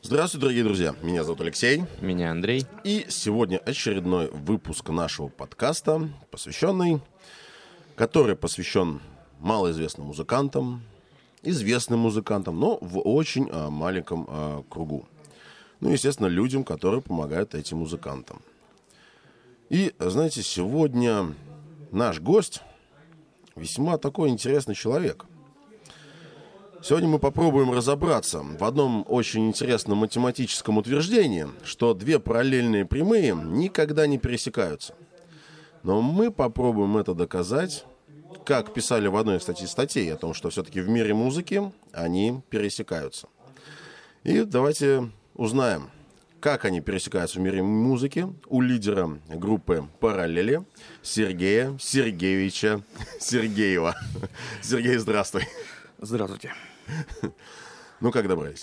Здравствуйте, дорогие друзья. Меня зовут Алексей. Меня Андрей. И сегодня очередной выпуск нашего подкаста, который посвящен малоизвестным музыкантам, известным музыкантам, но в очень маленьком кругу. Ну, естественно, людям, которые помогают этим музыкантам. И, знаете, сегодня наш гость весьма такой интересный человек. Сегодня мы попробуем разобраться в одном очень интересном математическом утверждении, что две параллельные прямые никогда не пересекаются. Но мы попробуем это доказать, как писали в одной, кстати, статей о том, что все-таки в мире музыки они пересекаются. И давайте узнаем, как они пересекаются в мире музыки у лидера группы «Параллели» Сергея Сергеевича Сергеева. Сергей, здравствуй. Здравствуйте. Ну, как добрались?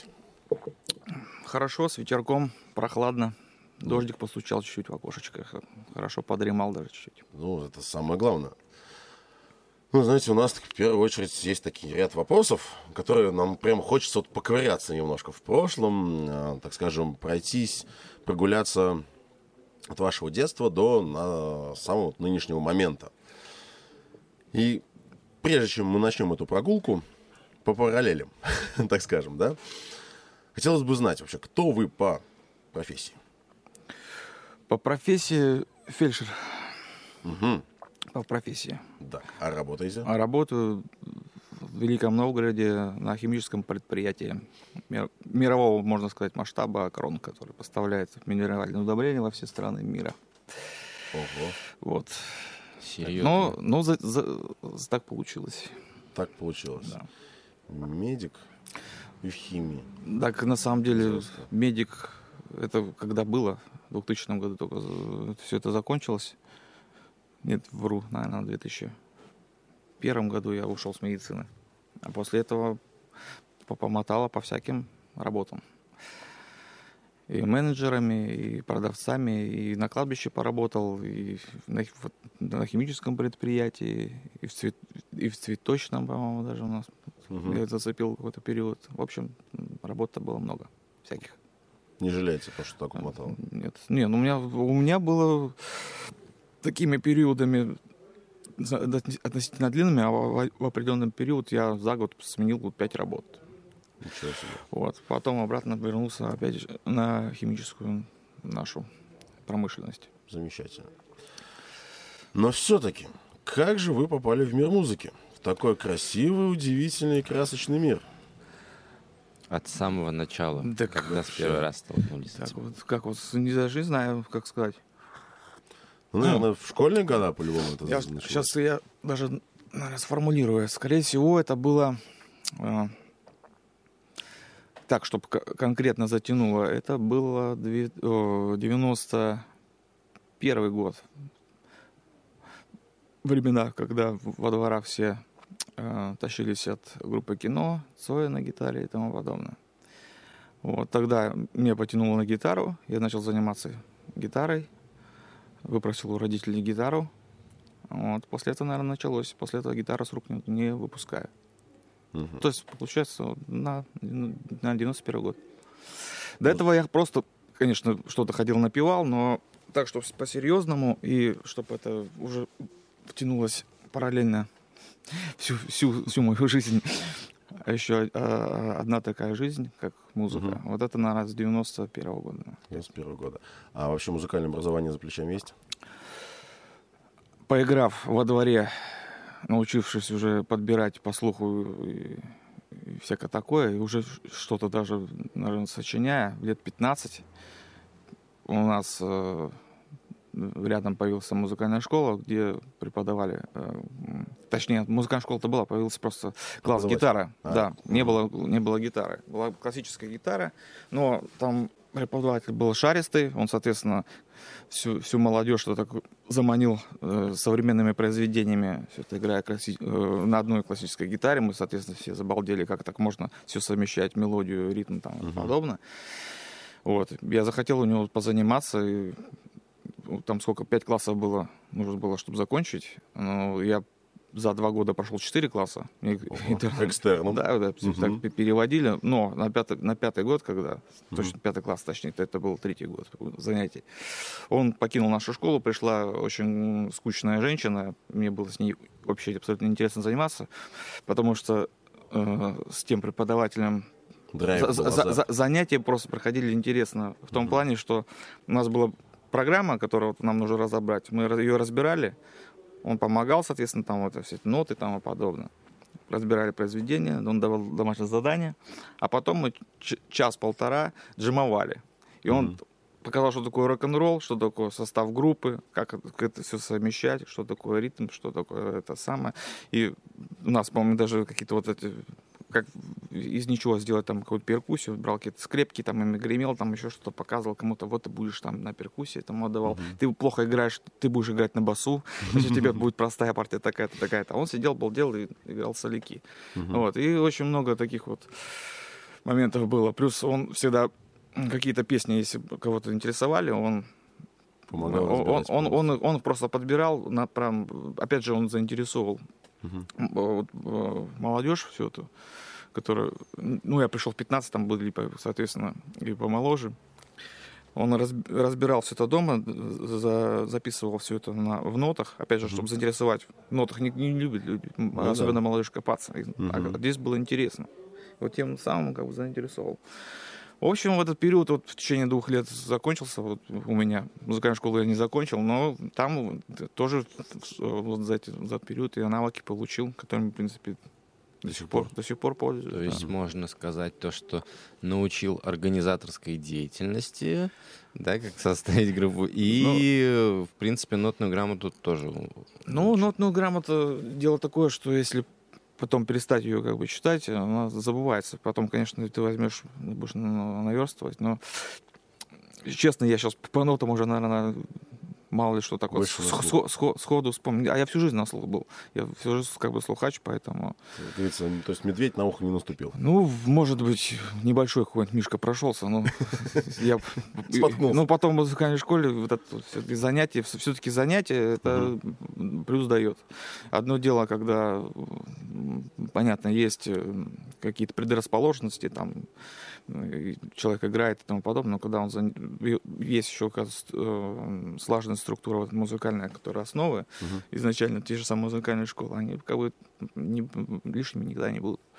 Хорошо, с ветерком, прохладно. Дождик постучал чуть-чуть в окошечко. Хорошо подремал даже чуть-чуть. Ну, это самое главное. Ну, знаете, у нас в первую очередь есть такие ряд вопросов, которые нам прям хочется вот поковыряться немножко в прошлом, так скажем, пройтись, прогуляться от вашего детства до самого нынешнего момента. И прежде чем мы начнем эту прогулку по параллелям, так скажем, да, хотелось бы знать вообще, кто вы по профессии? По профессии фельдшер. Угу. По профессии. Так, а работаете? А работаю в Великом Новгороде на химическом предприятии мирового, можно сказать, масштаба «Крон», который поставляет минеральные удобрения во все страны мира. Ого. Вот. Серьезно? Но так получилось. Так получилось. Да. Медик и в химии. Так, на самом деле, Интересно. медик, это когда было, в 2000 году только все это закончилось. Нет, вру, наверное, в 2001 году я ушел с медицины. А после этого помотало по всяким работам. И менеджерами, и продавцами, и на кладбище поработал, и на химическом предприятии, и в цветочном, по-моему, даже у нас. Я зацепил какой-то период. В общем, работы было много всяких. Не жалеете, потому что так умотал? Нет. Не, ну у меня было такими периодами относительно длинными, а в определенный период я за год сменил 5 работ. Ничего себе. Вот. Потом обратно вернулся опять же на химическую нашу промышленность. Замечательно. Но все-таки, как же вы попали в мир музыки? В такой красивый, удивительный и красочный мир. От самого начала, Да когда с первый раз столкнулись. Так вот, как вот, даже не знаю, как сказать. Ну, наверное, в школьные года по-любому это началось. Сейчас я даже, наверное, сформулирую. Скорее всего, это было... Так, чтобы конкретно затянуло, это было 91 год. Времена, когда во дворах все тащились от группы «Кино», Цоя на гитаре и тому подобное. Вот, тогда меня потянуло на гитару, я начал заниматься гитарой, выпросил у родителей гитару. Вот, после этого, наверное, началось. После этого гитара с рук не выпускаю. Угу. То есть, получается, на 91 год. До этого я просто, конечно, что-то ходил, напевал, но так, чтобы по-серьезному, и чтобы это уже втянулось параллельно всю мою жизнь. А еще одна такая жизнь, как музыка. Угу. Вот это, наверное, с 91 года. 91 года. А вообще музыкальное образование за плечами есть? Поиграв во дворе, научившись уже подбирать по слуху и всякое такое, и уже что-то даже, наверное, сочиняя, лет 15, у нас рядом появилась музыкальная школа, где преподавали, точнее, музыкальная школа-то была, появился просто класс гитара. Да, не было гитары. Была классическая гитара, но там преподаватель был шаристый, он, соответственно, всю молодежь так заманил современными произведениями, все это играя на одной классической гитаре. Мы, соответственно, все забалдели, как так можно все совмещать, мелодию, ритм там, и подобное. Вот. Я захотел у него позаниматься, и там сколько, 5 классов было, нужно было, чтобы закончить. Но я за 2 года прошел 4 класса. Экстерном. Да, так переводили. Но на 5-й год, когда, точно 5 класс, точнее, это был 3-й год занятий, он покинул нашу школу, пришла очень скучная женщина. Мне было с ней вообще абсолютно интересно заниматься, потому что с тем преподавателем занятия просто проходили интересно. В том плане, что у нас была программа, которую нам нужно разобрать. Мы ее разбирали. Он помогал, соответственно, там вот все эти ноты и тому подобное. Разбирали произведения, он давал домашнее задание. А потом мы час-полтора джимовали. И он показал, что такое рок-н-ролл, что такое состав группы, как это все совмещать, что такое ритм, что такое это самое. И у нас, по-моему, даже какие-то вот эти... как из ничего сделать там какую-то перкуссию, брал какие-то скрепки, там ими гремел, там еще что-то показывал кому-то, вот ты будешь там на перкуссии, там отдавал. Ты плохо играешь, ты будешь играть на басу, значит, у тебя будет простая партия такая-то, такая-то. А он сидел, балдел и играл соляки. Вот. И очень много таких вот моментов было. Плюс он всегда какие-то песни, если кого-то интересовали, он помогал, он просто подбирал, опять же, он заинтересовал молодежь всю эту, которая... Ну, я пришел в 15, там были, соответственно, и помоложе. Он разбирал все это дома, записывал все это в нотах, опять же, чтобы заинтересовать. В нотах не любят люди, особенно молодежь, копаться. А здесь было интересно. Вот тем самым как бы заинтересовал. В общем, в этот период, вот в течение 2 лет закончился вот у меня. Музыкальную школу я не закончил, но там тоже вот за этот период я навыки получил, которыми, в принципе, до сих пор пользуюсь. То есть можно сказать то, что научил организаторской деятельности, да, как составить группу, и, в принципе, нотную грамоту тоже. Ну, нотную грамоту дело такое, что если потом перестать ее как бы читать, она забывается. Потом, конечно, ты возьмешь, будешь наверстывать, но, честно, я сейчас по нотам уже, наверное, мало ли что такое сходу вспомнил. А я всю жизнь на слух был. Я всю жизнь как бы слухач, поэтому... Как говорится, то есть медведь на ухо не наступил. Ну, может быть, небольшой какой-нибудь Мишка прошелся, но я... Споткнулся. Ну, потом в музыкальной школе вот это все-таки занятие, это плюс дает. Одно дело, когда, понятно, есть какие-то предрасположенности, там, человек играет и тому подобное, но когда есть еще слаженная структура вот, музыкальная, которая основы, изначально те же самые музыкальные школы, они как бы лишними никогда не будут.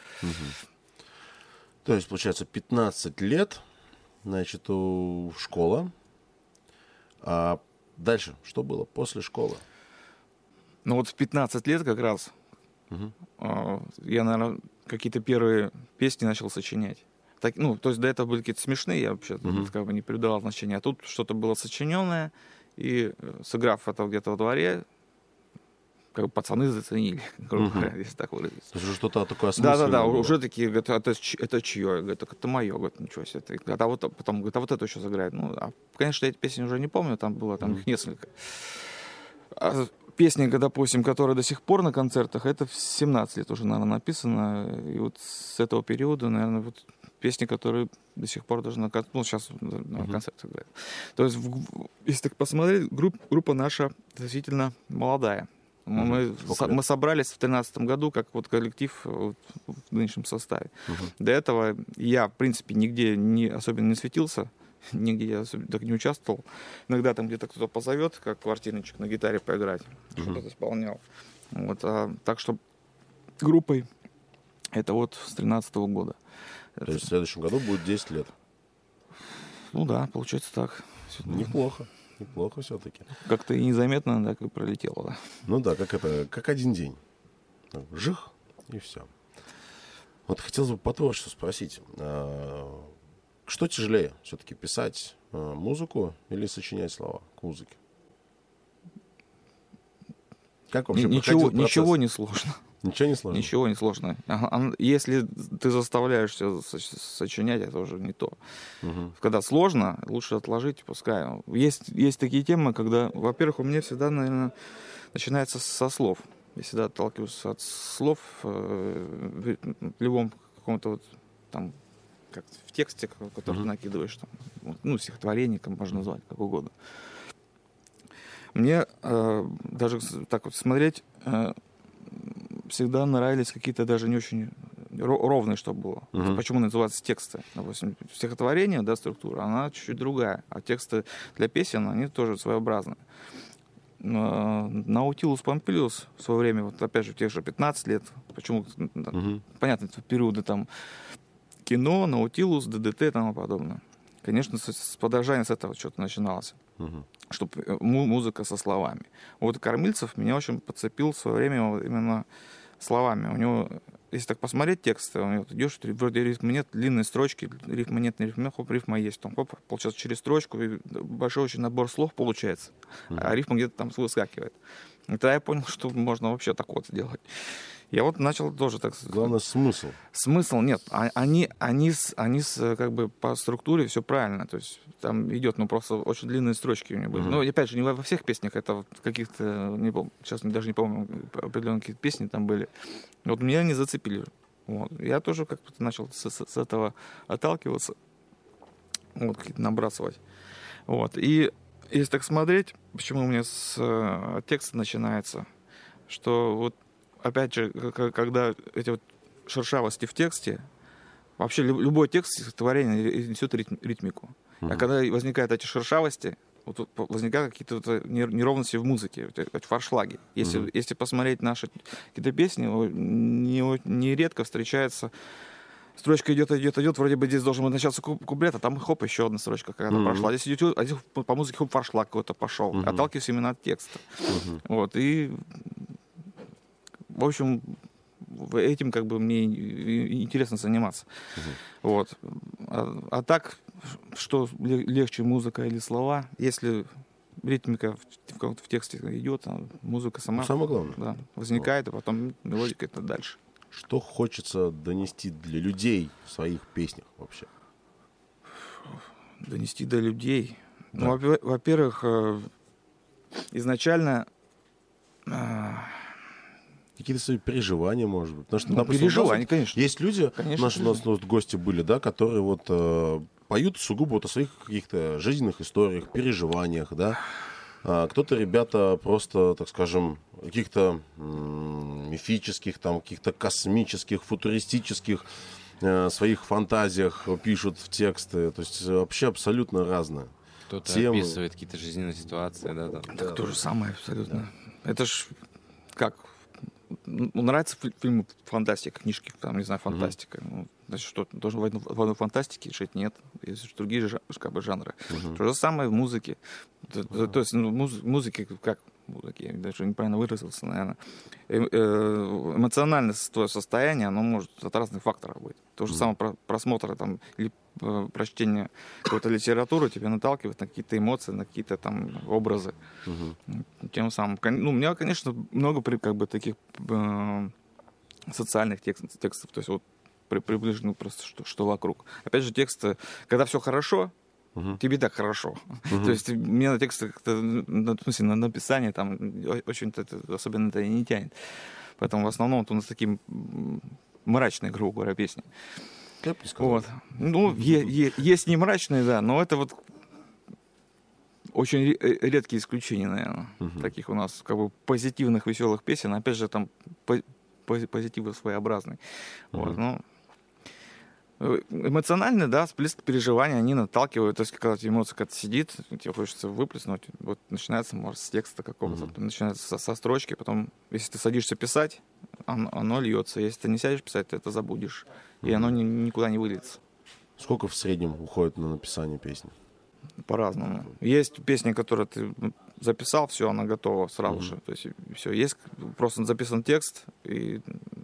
То есть, получается, 15 лет, значит, школа. А дальше что было после школы? Ну вот в 15 лет как раз я, наверное, какие-то первые песни начал сочинять. Так, ну, то есть до этого были какие-то смешные, я вообще как бы не придавал значения. А тут что-то было сочиненное, и сыграв это где-то во дворе, как бы пацаны заценили, грубо говоря, если так выразиться. То есть что-то такое осмысленное. Да, уже такие, говорят, это чье? Я говорю, это мое, говорят, ничего себе. А вот потом, говорят, а вот это еще сыграет. Ну, конечно, я эти песни уже не помню, там было их несколько. А песни, допустим, которые до сих пор на концертах, это в 17 лет уже, наверное, написано. И вот с этого периода, наверное, вот песни, которые до сих пор даже сейчас на концертах играют. То есть, если так посмотреть, группа наша относительно молодая. Мы собрались в 2013 году как вот коллектив в нынешнем составе. До этого я, в принципе, нигде особенно не светился, нигде я особенно так не участвовал. Иногда там где-то кто-то позовет, как квартирничек, на гитаре поиграть, что-то исполнял. Вот, так что группой это вот с 2013 года. То есть в следующем году будет 10 лет. Ну да, получается так. Неплохо. Неплохо все-таки. Как-то и незаметно, да, как пролетело. Да. Ну да, как один день. Жих, и все. Вот хотелось бы по творчеству спросить. Что тяжелее все-таки, писать музыку или сочинять слова к музыке? Как вообще ничего не сложно. Ничего не сложно? Ничего не сложно. Если ты заставляешься сочинять, это уже не то. Когда сложно, лучше отложить, пускай. Есть такие темы, когда, во-первых, у меня всегда, наверное, начинается со слов. Я всегда отталкиваюсь от слов в любом каком-то вот там, как в тексте, который ты накидываешь, там, ну, стихотворение, там можно назвать, как угодно. Мне даже так вот смотреть, всегда нравились какие-то даже не очень ровные, что было. Почему называются тексты? Допустим, стихотворение, да, структура, она чуть-чуть другая. А тексты для песен, они тоже своеобразные. Наутилус Помпилиус в свое время, вот опять же, в тех же 15 лет, почему, понятно, периоды там кино, Наутилус, ДДТ и тому подобное. Конечно, с подражания с этого что-то начиналось. Чтобы музыка со словами. Вот Кормильцев меня очень подцепил в свое время именно словами. У него, если так посмотреть тексты, у него идешь, вроде рифма нет, длинные строчки, рифма нет, рифма есть. Там, получается, через строчку большой очень набор слов получается, а рифма где-то там выскакивает. И тогда я понял, что можно вообще так вот сделать. Я вот начал тоже так... Главное, смысл. Смысл нет. Они как бы по структуре все правильно. То есть там идет, просто очень длинные строчки у него были. Но опять же, не во всех песнях, это вот каких-то, не помню, сейчас даже не помню, определенные какие-то песни там были. Вот меня не зацепили. Вот. Я тоже как-то начал с этого отталкиваться, вот, какие-то набрасывать. Вот. И если так смотреть, почему у меня с текста начинается, что вот опять же, когда эти вот шершавости в тексте, вообще любой текст стихотворения несет ритмику. А когда возникают эти шершавости, вот возникают какие-то вот неровности в музыке, вот форшлаги. Если посмотреть наши какие-то песни, нередко встречается строчка идет, вроде бы здесь должен быть начаться куплет, а там хоп, еще одна строчка какая-то прошла. Здесь идет, а здесь по музыке хоп, форшлаг какой-то пошел. Отталкиваюсь именно от текста. Вот, и в общем, этим как бы мне интересно заниматься. Вот. А так, что легче, музыка или слова, если ритмика в тексте идет, а музыка сама самое главное. Да, возникает, а потом мелодика это дальше. Что хочется донести для людей в своих песнях вообще? Донести до людей? Да. Ну, во-первых, изначально... Какие-то свои переживания, может быть. Потому что, допустим, переживания, конечно. Есть люди, конечно, у нас гости были, да, которые вот поют сугубо вот о своих каких-то жизненных историях, переживаниях, да. Кто-то, ребята, просто, так скажем, каких-то мифических, там, каких-то космических, футуристических своих фантазиях пишут в тексты. То есть вообще абсолютно разное. Кто-то описывает какие-то жизненные ситуации, да. Так то же самое абсолютно. Да. Это ж как... Нравятся фильмы фантастика, книжки, там, не знаю, фантастика. Значит, что, должен в одной фантастике жить? Нет. Есть другие как бы, жанры. То же самое в музыке. То есть музыке, как музыке, я даже неправильно выразился, наверное. Эмоциональное твое состояние, оно может от разных факторов быть. То же самое просмотр там, или прочтение какой-то литературы тебя наталкивает на какие-то эмоции, на какие-то там образы. Тем самым, у меня, конечно, много как бы таких социальных текстов, то есть вот приближены просто что вокруг. Опять же, тексты, когда все хорошо, тебе так хорошо. То есть мне на тексты как-то, в смысле, на написание там очень-то особенно это и не тянет. Поэтому в основном у нас такие мрачные, грубо говоря, песни. Вот. Ну, есть не мрачные, да, но это вот очень редкие исключения, наверное, таких у нас как бы позитивных, веселых песен. Опять же, там позитив своеобразный. Вот, ну, эмоционально, да, всплеск переживания, они наталкивают, то есть когда эмоция как-то сидит, тебе хочется выплеснуть, вот начинается, может, с текста какого-то, начинается со строчки, потом, если ты садишься писать, оно льется, если ты не сядешь писать, ты это забудешь, и оно никуда не выльется. Сколько в среднем уходит на написание песни? По-разному. Есть песни, которые ты записал, все, она готова сразу же. То есть все, есть просто записан текст, и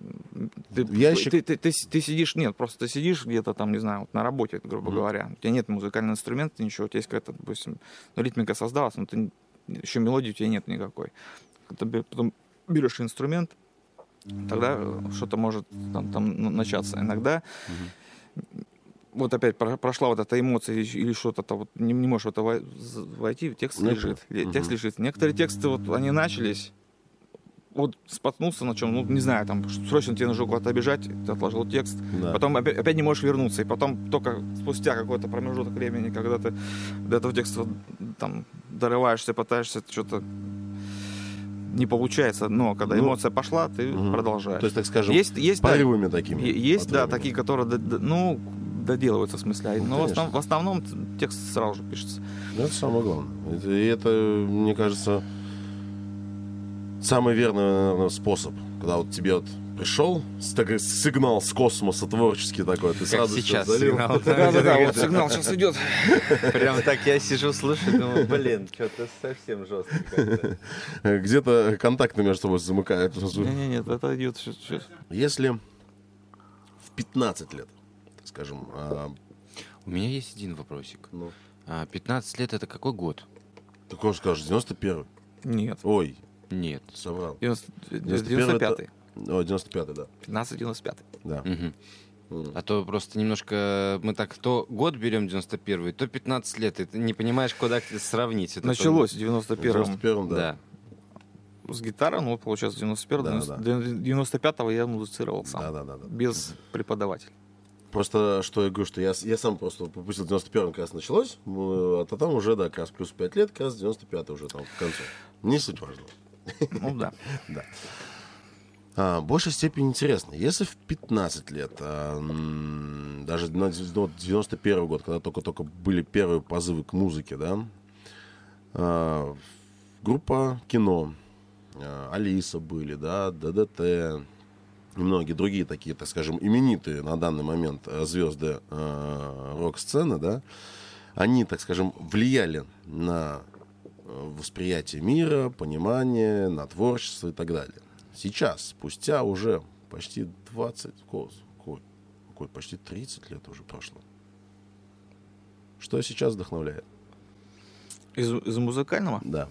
ты сидишь, нет, просто ты сидишь где-то там, не знаю, вот на работе, грубо говоря. У тебя нет музыкального инструмента, ничего, у тебя есть какая-то, допустим, ритмика создалась, но еще мелодии у тебя нет никакой. Ты потом берешь инструмент, тогда что-то может там начаться. Иногда вот опять прошла вот эта эмоция или что-то, вот не можешь в это войти, текст лежит. Текст лежит. Некоторые тексты, вот они начались, вот споткнулся на чем, ну, не знаю, там, срочно тебе нужно куда-то бежать, ты отложил текст, потом опять не можешь вернуться, и потом только спустя какой-то промежуток времени, когда ты до этого текста там дорываешься, пытаешься что-то не получается, но когда эмоция пошла, ты продолжаешь. То есть, так скажем, есть порывами такими. Есть, да, отрывами. такие, которые, доделываются, в смысле. Ну, Но конечно. в основном текст сразу же пишется. Ну, это самое главное. И это, мне кажется, самый верный, наверное, способ. Когда вот тебе вот пришел сигнал с космоса творческий такой, ты Как сразу сейчас всё залил. сигнал. Да, вот сигнал сейчас идет. Прям так я сижу, слушаю, думаю, блин, что-то совсем жестко как-то. Где-то контакты между собой замыкают. Нет, это идет сейчас. Если в 15 лет, так скажем, У меня есть один вопросик. ну, 15 лет это какой год? такой скажешь, 91-й. Нет. Ой, Нет. соврал. 95-й. О, 95-й, да. 15-95. Да. Мгм. А то просто немножко мы так то год берем 91-й, то 15 лет, и ты не понимаешь, куда сравнить. Это Началось в В 91-м 91-м, да. Да. с гитары, ну, получается, в 91-м. Да, 95-го я музицировал сам. Да. Без преподавателя. Просто, что я говорю, что я сам просто пропустил 91-м, как раз началось, а потом уже, да, как раз плюс 5 лет, как раз 95-й уже там к концу. Не суть важно. Ну да. Да. В большей степени интересно. Если в 15 лет, даже на 91 год, когда только были первые позывы к музыке, да, группа «Кино», Алиса были, да, ДДТ, и многие другие такие, так скажем, именитые на данный момент звезды рок-сцены, да, они, так скажем, влияли на восприятие мира, понимание, на творчество и так далее. Сейчас, спустя уже почти 20, почти 30 лет уже прошло. Что сейчас вдохновляет? Из музыкального? Да.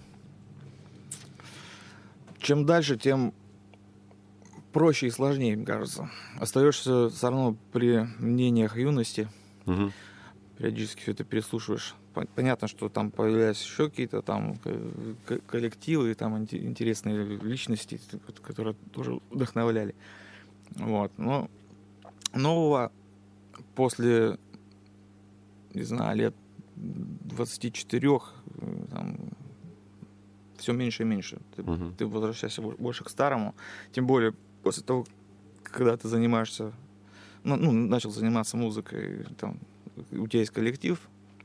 Чем дальше, тем проще и сложнее, мне кажется. Остаешься все равно при мнениях юности. Мгм. Периодически все это переслушиваешь. Понятно, что там появляются еще какие-то там коллективы, там интересные личности, которые тоже вдохновляли. Вот. Но нового после, не знаю, лет 24 там, все меньше и меньше. Ты возвращаешься больше к старому. Тем более после того, когда ты занимаешься, начал заниматься музыкой, там, у тебя есть коллектив,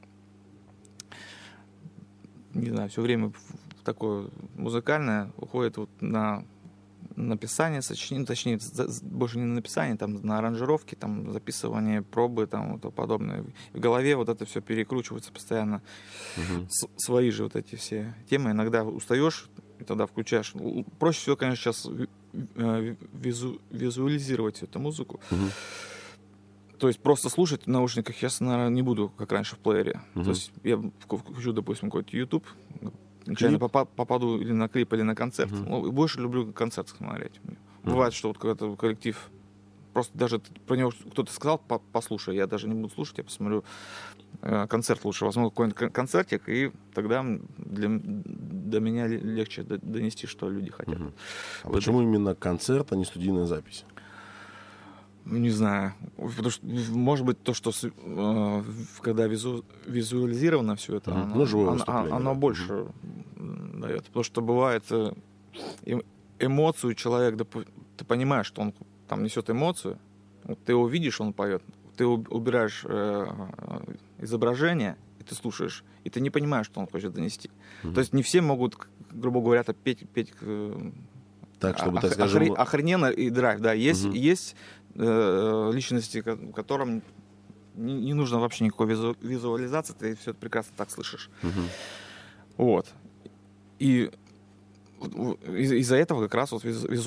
не знаю, все время такое музыкальное уходит вот на написание, сочинение, точнее, больше не на написание, там, на аранжировки, там, записывание, пробы, там, вот подобное. В голове вот это все перекручивается постоянно. Свои же вот эти все темы. Иногда устаешь, и тогда включаешь. Проще всего, конечно, сейчас визуализировать всю эту музыку. То есть просто слушать в наушниках я, наверное, не буду, как раньше, в плеере. То есть я включу, допустим, какой-то YouTube, нечаянно попаду или на клип, или на концерт. Ну, больше люблю концерт смотреть. Бывает, что вот когда-то коллектив, просто даже про него кто-то сказал, послушай, я даже не буду слушать, я посмотрю концерт лучше, возможно, какой-нибудь концертик, и тогда до меня легче донести, что люди хотят. А почему именно концерт, а не студийная запись? Не знаю. Потому что, может быть, то, что когда визуализировано все это, оно больше дает. Потому что бывает эмоцию человек, ты понимаешь, что он там несет эмоцию, ты его видишь, он поет, ты убираешь изображение, и ты слушаешь, и ты не понимаешь, что он хочет донести. То есть не все могут, грубо говоря, петь так, чтобы, так скажем... охрененно и драйв, да. Есть личности, которым не нужно вообще никакой визуализации, ты все это прекрасно так слышишь. Вот. И из-за этого как раз вот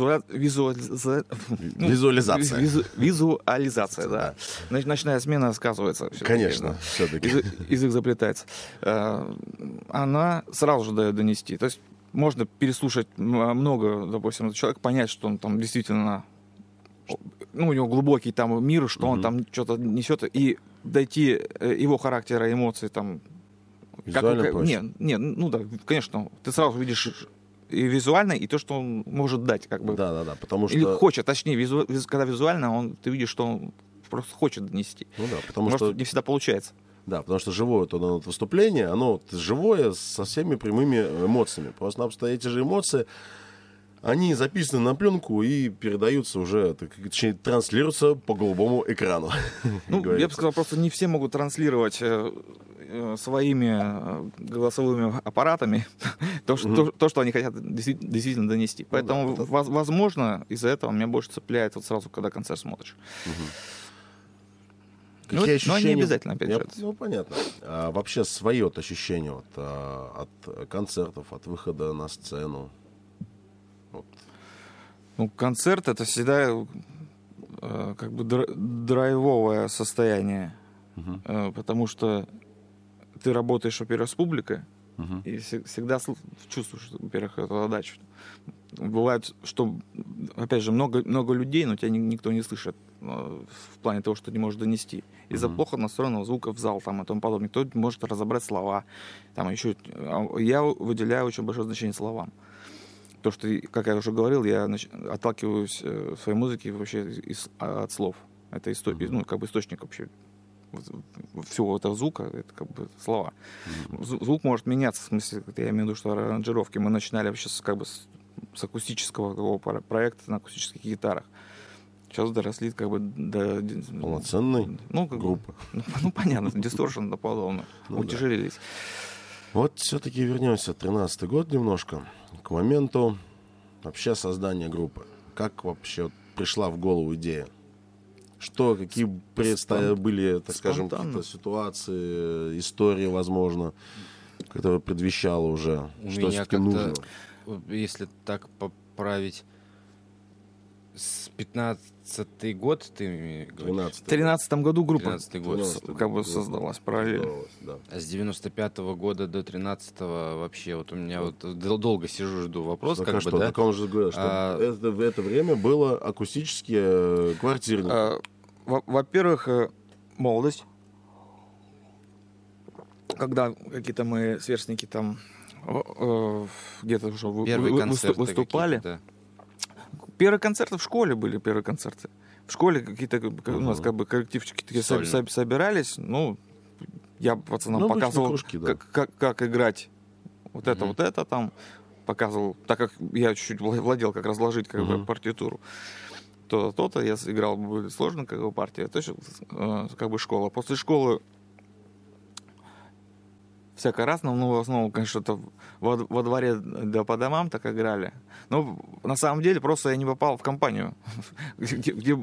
визуализация, да. Ночная смена сказывается. Конечно, все-таки. Язык заплетается. Она сразу же дает донести. То есть можно переслушать много, допустим, человек, понять, что он там действительно, у него глубокий там мир, что он там что-то несет, и дойти его характера, эмоций там. Визуально проще. Да, конечно, ты сразу видишь и визуально, и то, что он может дать, как бы. Да, потому что... Или хочет, точнее, когда визуально, ты видишь, что он просто хочет донести. Ну да, потому Может, что... не всегда получается. Да, потому что живое выступление, оно живое со всеми прямыми эмоциями. Просто-напросто эти же эмоции Они записаны на пленку и передаются уже, точнее, транслируются по голубому экрану. Ну, я бы сказал, просто не все могут транслировать своими голосовыми аппаратами то, что они хотят действительно донести. Поэтому, возможно, из-за этого меня больше цепляет вот сразу, когда концерт смотришь. Какие ощущения? Но не обязательно, опять же. Ну, понятно. А вообще свое ощущение вот, от концертов, от выхода на сцену? Вот. Ну, концерт — это всегда как бы драйвовое состояние, потому что ты работаешь, во-первых, с публикой, и всегда чувствуешь, во-первых, эту отдачу. Бывает, что, опять же, много людей, но тебя никто не слышит в плане того, что не может донести. Из-за плохо настроенного звука в зал там, и тому подобное. Кто может разобрать слова. Там еще, я выделяю очень большое значение словам. То, что, как я уже говорил, я отталкиваюсь в своей музыке вообще от слов. Это ну, как бы источник вообще всего этого звука, это как бы слова. Звук может меняться, в смысле, я имею в виду, что аранжировки. Мы начинали вообще как бы с акустического проекта на акустических гитарах. Сейчас доросли как бы до... Полноценной группы. Ну, понятно, дисторшн до подобного. Утяжелились. Вот все-таки вернемся 13-й год немножко к моменту вообще создания группы. Как вообще пришла в голову идея? Что, какие были, так скажем, какие-то ситуации, истории, возможно, которые предвещало уже, что все-таки нужно? Если так поправить, с 15-й год ты говоришь? В 13-м году группа 13-й год. как бы создалась параллельно. Да. А с 95-го года до 13-го вообще вот у меня вот долго сижу, жду вопрос, так, как бы, что? да? Так он же говорил, что в это время было акустические квартирники. Во-первых, молодость. Когда какие-то мы сверстники там где-то уже выступали. Да. Первые концерты в школе были, первые концерты. В школе какие-то у нас как бы коллективчики такие собирались. Ну, я пацанам показывал, кружки, да. как играть вот это там. Показывал, так как я чуть-чуть владел, как разложить как бы партитуру. То-то я играл, было сложно, как бы партия. Это еще как бы школа. После школы всякое разное, но в основном, конечно, это во дворе да по домам так играли. Но на самом деле просто я не попал в компанию, где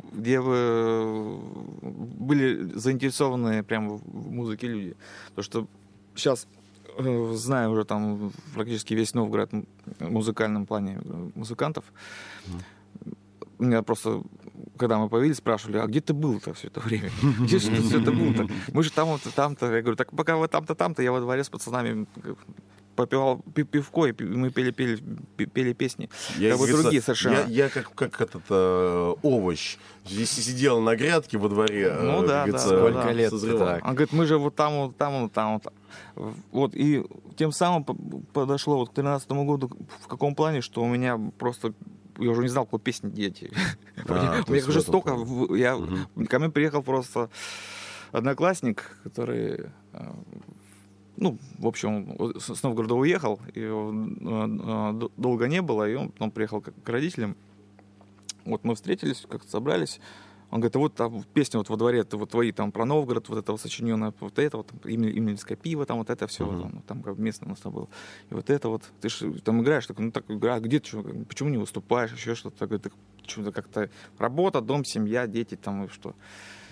были заинтересованные прямо в музыке люди. Потому что сейчас знаю уже там практически весь Новгород в музыкальном плане музыкантов. У меня просто, когда мы появились, спрашивали, а где ты был-то все это время? Где же ты все это был-то? Мы же там-то, там-то. Я говорю, так пока вы там-то, там-то, я во дворе с пацанами попивал пивко, и мы пели песни. Я, как бы другие совершенно. Я как этот овощ. Здесь сидел на грядке во дворе. Ну да, сколько лет так. Он говорит, мы же вот там. Вот, и тем самым подошло вот к 13 году в каком плане, что у меня просто... Я уже не знал, какую песню деть. У меня уже столько... Ко мне приехал просто одноклассник, который... Ну, в общем, с Новгорода уехал, и долго не было, и он потом приехал к родителям. Вот мы встретились, как-то собрались. Он говорит, вот там песня вот во дворе, это вот твои там про Новгород, вот это вот сочиненное, вот это вот, имельское пиво, там вот это все, там как местное у нас там было. И вот это вот, ты же там играешь, так, ну так игра, где ты, почему не выступаешь, еще что-то, говорит, почему-то как-то работа, дом, семья, дети там и что.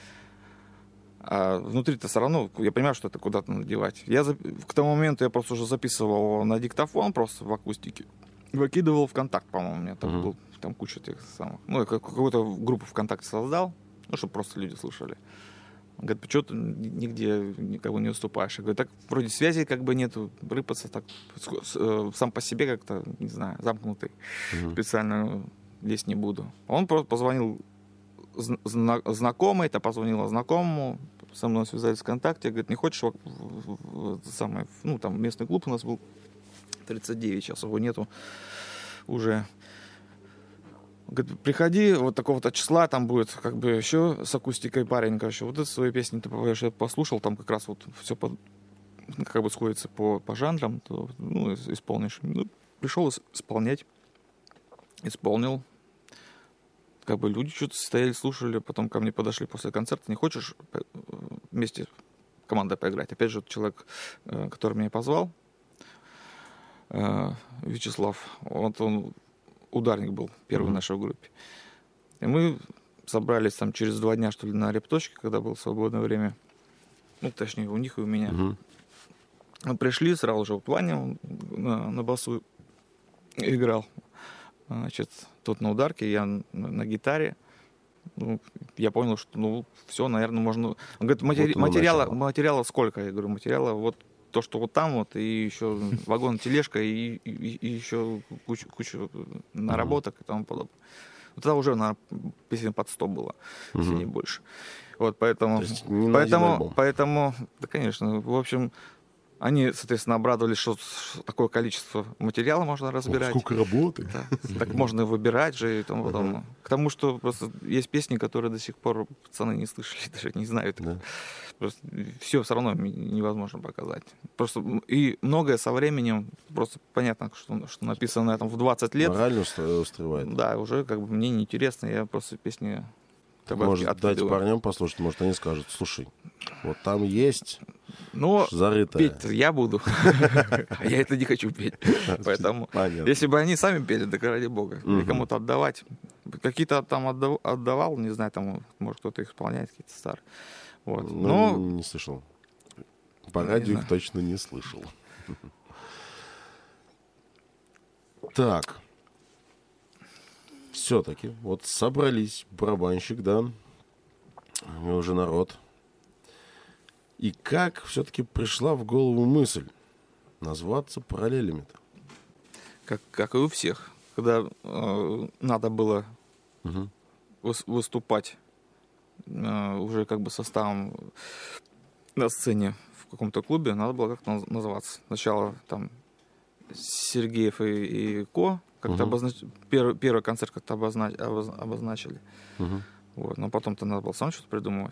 А внутри-то все равно, я понимаю, что это куда-то надо девать. К тому моменту я просто уже записывал на диктофон просто в акустике. Выкидывал ВКонтакт, по-моему, у меня там был там куча тех самых. Ну, я какую-то группу ВКонтакте создал, ну, чтобы просто люди слушали. Он говорит, почему ты нигде никого не выступаешь? Я говорю, так вроде связи как бы нету, рыпаться так сам по себе как-то, не знаю, замкнутый. Специально лезть не буду. Он просто позвонил знакомый, позвонила знакомому, со мной связались ВКонтакте, говорит, не хочешь самое, ну, там местный клуб у нас был 39, сейчас его нету уже. Говорит, приходи, вот такого-то числа, там будет как бы еще с акустикой парень, короче, вот это свои песни ты поешь, я послушал, там как раз вот все как бы сходится по жанрам, то, ну, исполнишь. Ну, пришел исполнять. исполнил. Как бы люди что-то стояли, слушали, потом ко мне подошли после концерта. Не хочешь вместе с командой поиграть? Опять же, человек, который меня позвал, Вячеслав, вот он ударник был, первый в нашей группе. И мы собрались там через 2 дня, что ли, на репточке, когда было свободное время. Ну, точнее, у них и у меня. Мы пришли, сразу же вот Ваня на басу играл. Значит, тот на ударке, я на гитаре. Ну, я понял, что, ну, все, наверное, можно... Он говорит, материала сколько? Я говорю, материала вот то, что вот там вот, и еще вагон, тележка, и еще кучу наработок и тому подобное. Вот тогда уже на песен под 100 было, если не больше. Вот, поэтому, да, конечно, в общем, они, соответственно, обрадовались, что такое количество материала можно разбирать. Сколько работы. Да, так можно выбирать же и тому подобное. К тому, что просто есть песни, которые до сих пор пацаны не слышали, даже не знают. Да. Просто все равно невозможно показать. Просто и многое со временем, просто понятно, что написано на этом в 20 лет. Морально устаревает. Да, уже как бы мне неинтересно, я просто песни... Может, дайте парням послушать, может, они скажут, слушай, вот там есть зарытое. Петь-то я буду, а я это не хочу петь. Поэтому, если бы они сами пели, так ради бога, или кому-то отдавать. Какие-то там отдавал, не знаю, там, может, кто-то их исполняет, какие-то старые. Вот. Но не слышал. По радио их точно не слышал. Так. Все-таки, вот собрались, барабанщик, да, и уже народ. И как все-таки пришла в голову мысль назваться параллелями-то? Как и у всех. Когда надо было выступать уже как бы составом на сцене в каком-то клубе, надо было как-то называться. Сначала там Сергеев и Ко, как-то первый концерт как-то обозначили. Вот. Но потом-то надо было сам что-то придумывать.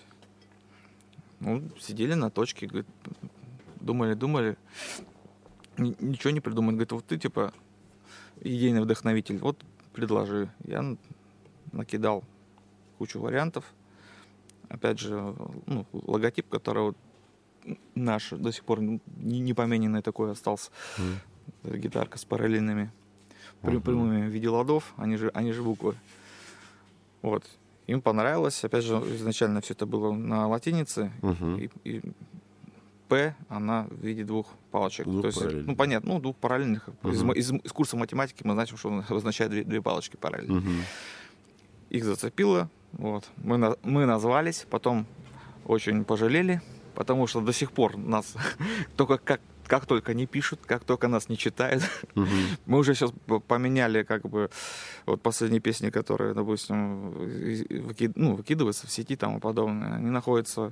Ну, сидели на точке, говорит, думали, ничего не придумали. Говорит, вот ты, типа, идейный вдохновитель, вот предложи. Я накидал кучу вариантов. Опять же, ну, логотип, который вот наш до сих пор не помененный такой остался. Гитарка с параллельными прямыми в виде ладов, они же буквы. Вот. Им понравилось. Опять же, изначально все это было на латинице. И П, она в виде 2 палочек. То есть, ну, понятно, 2 параллельных. Из курса математики мы знаем, что означает 2 палочки параллельно. Их зацепило. Вот. Мы назвались, потом очень пожалели, потому что до сих пор нас только как только не пишут, как только нас не читают. Мы уже сейчас поменяли, как бы, вот последние песни, которые, допустим, выкидываются в сети и тому подобное, они находятся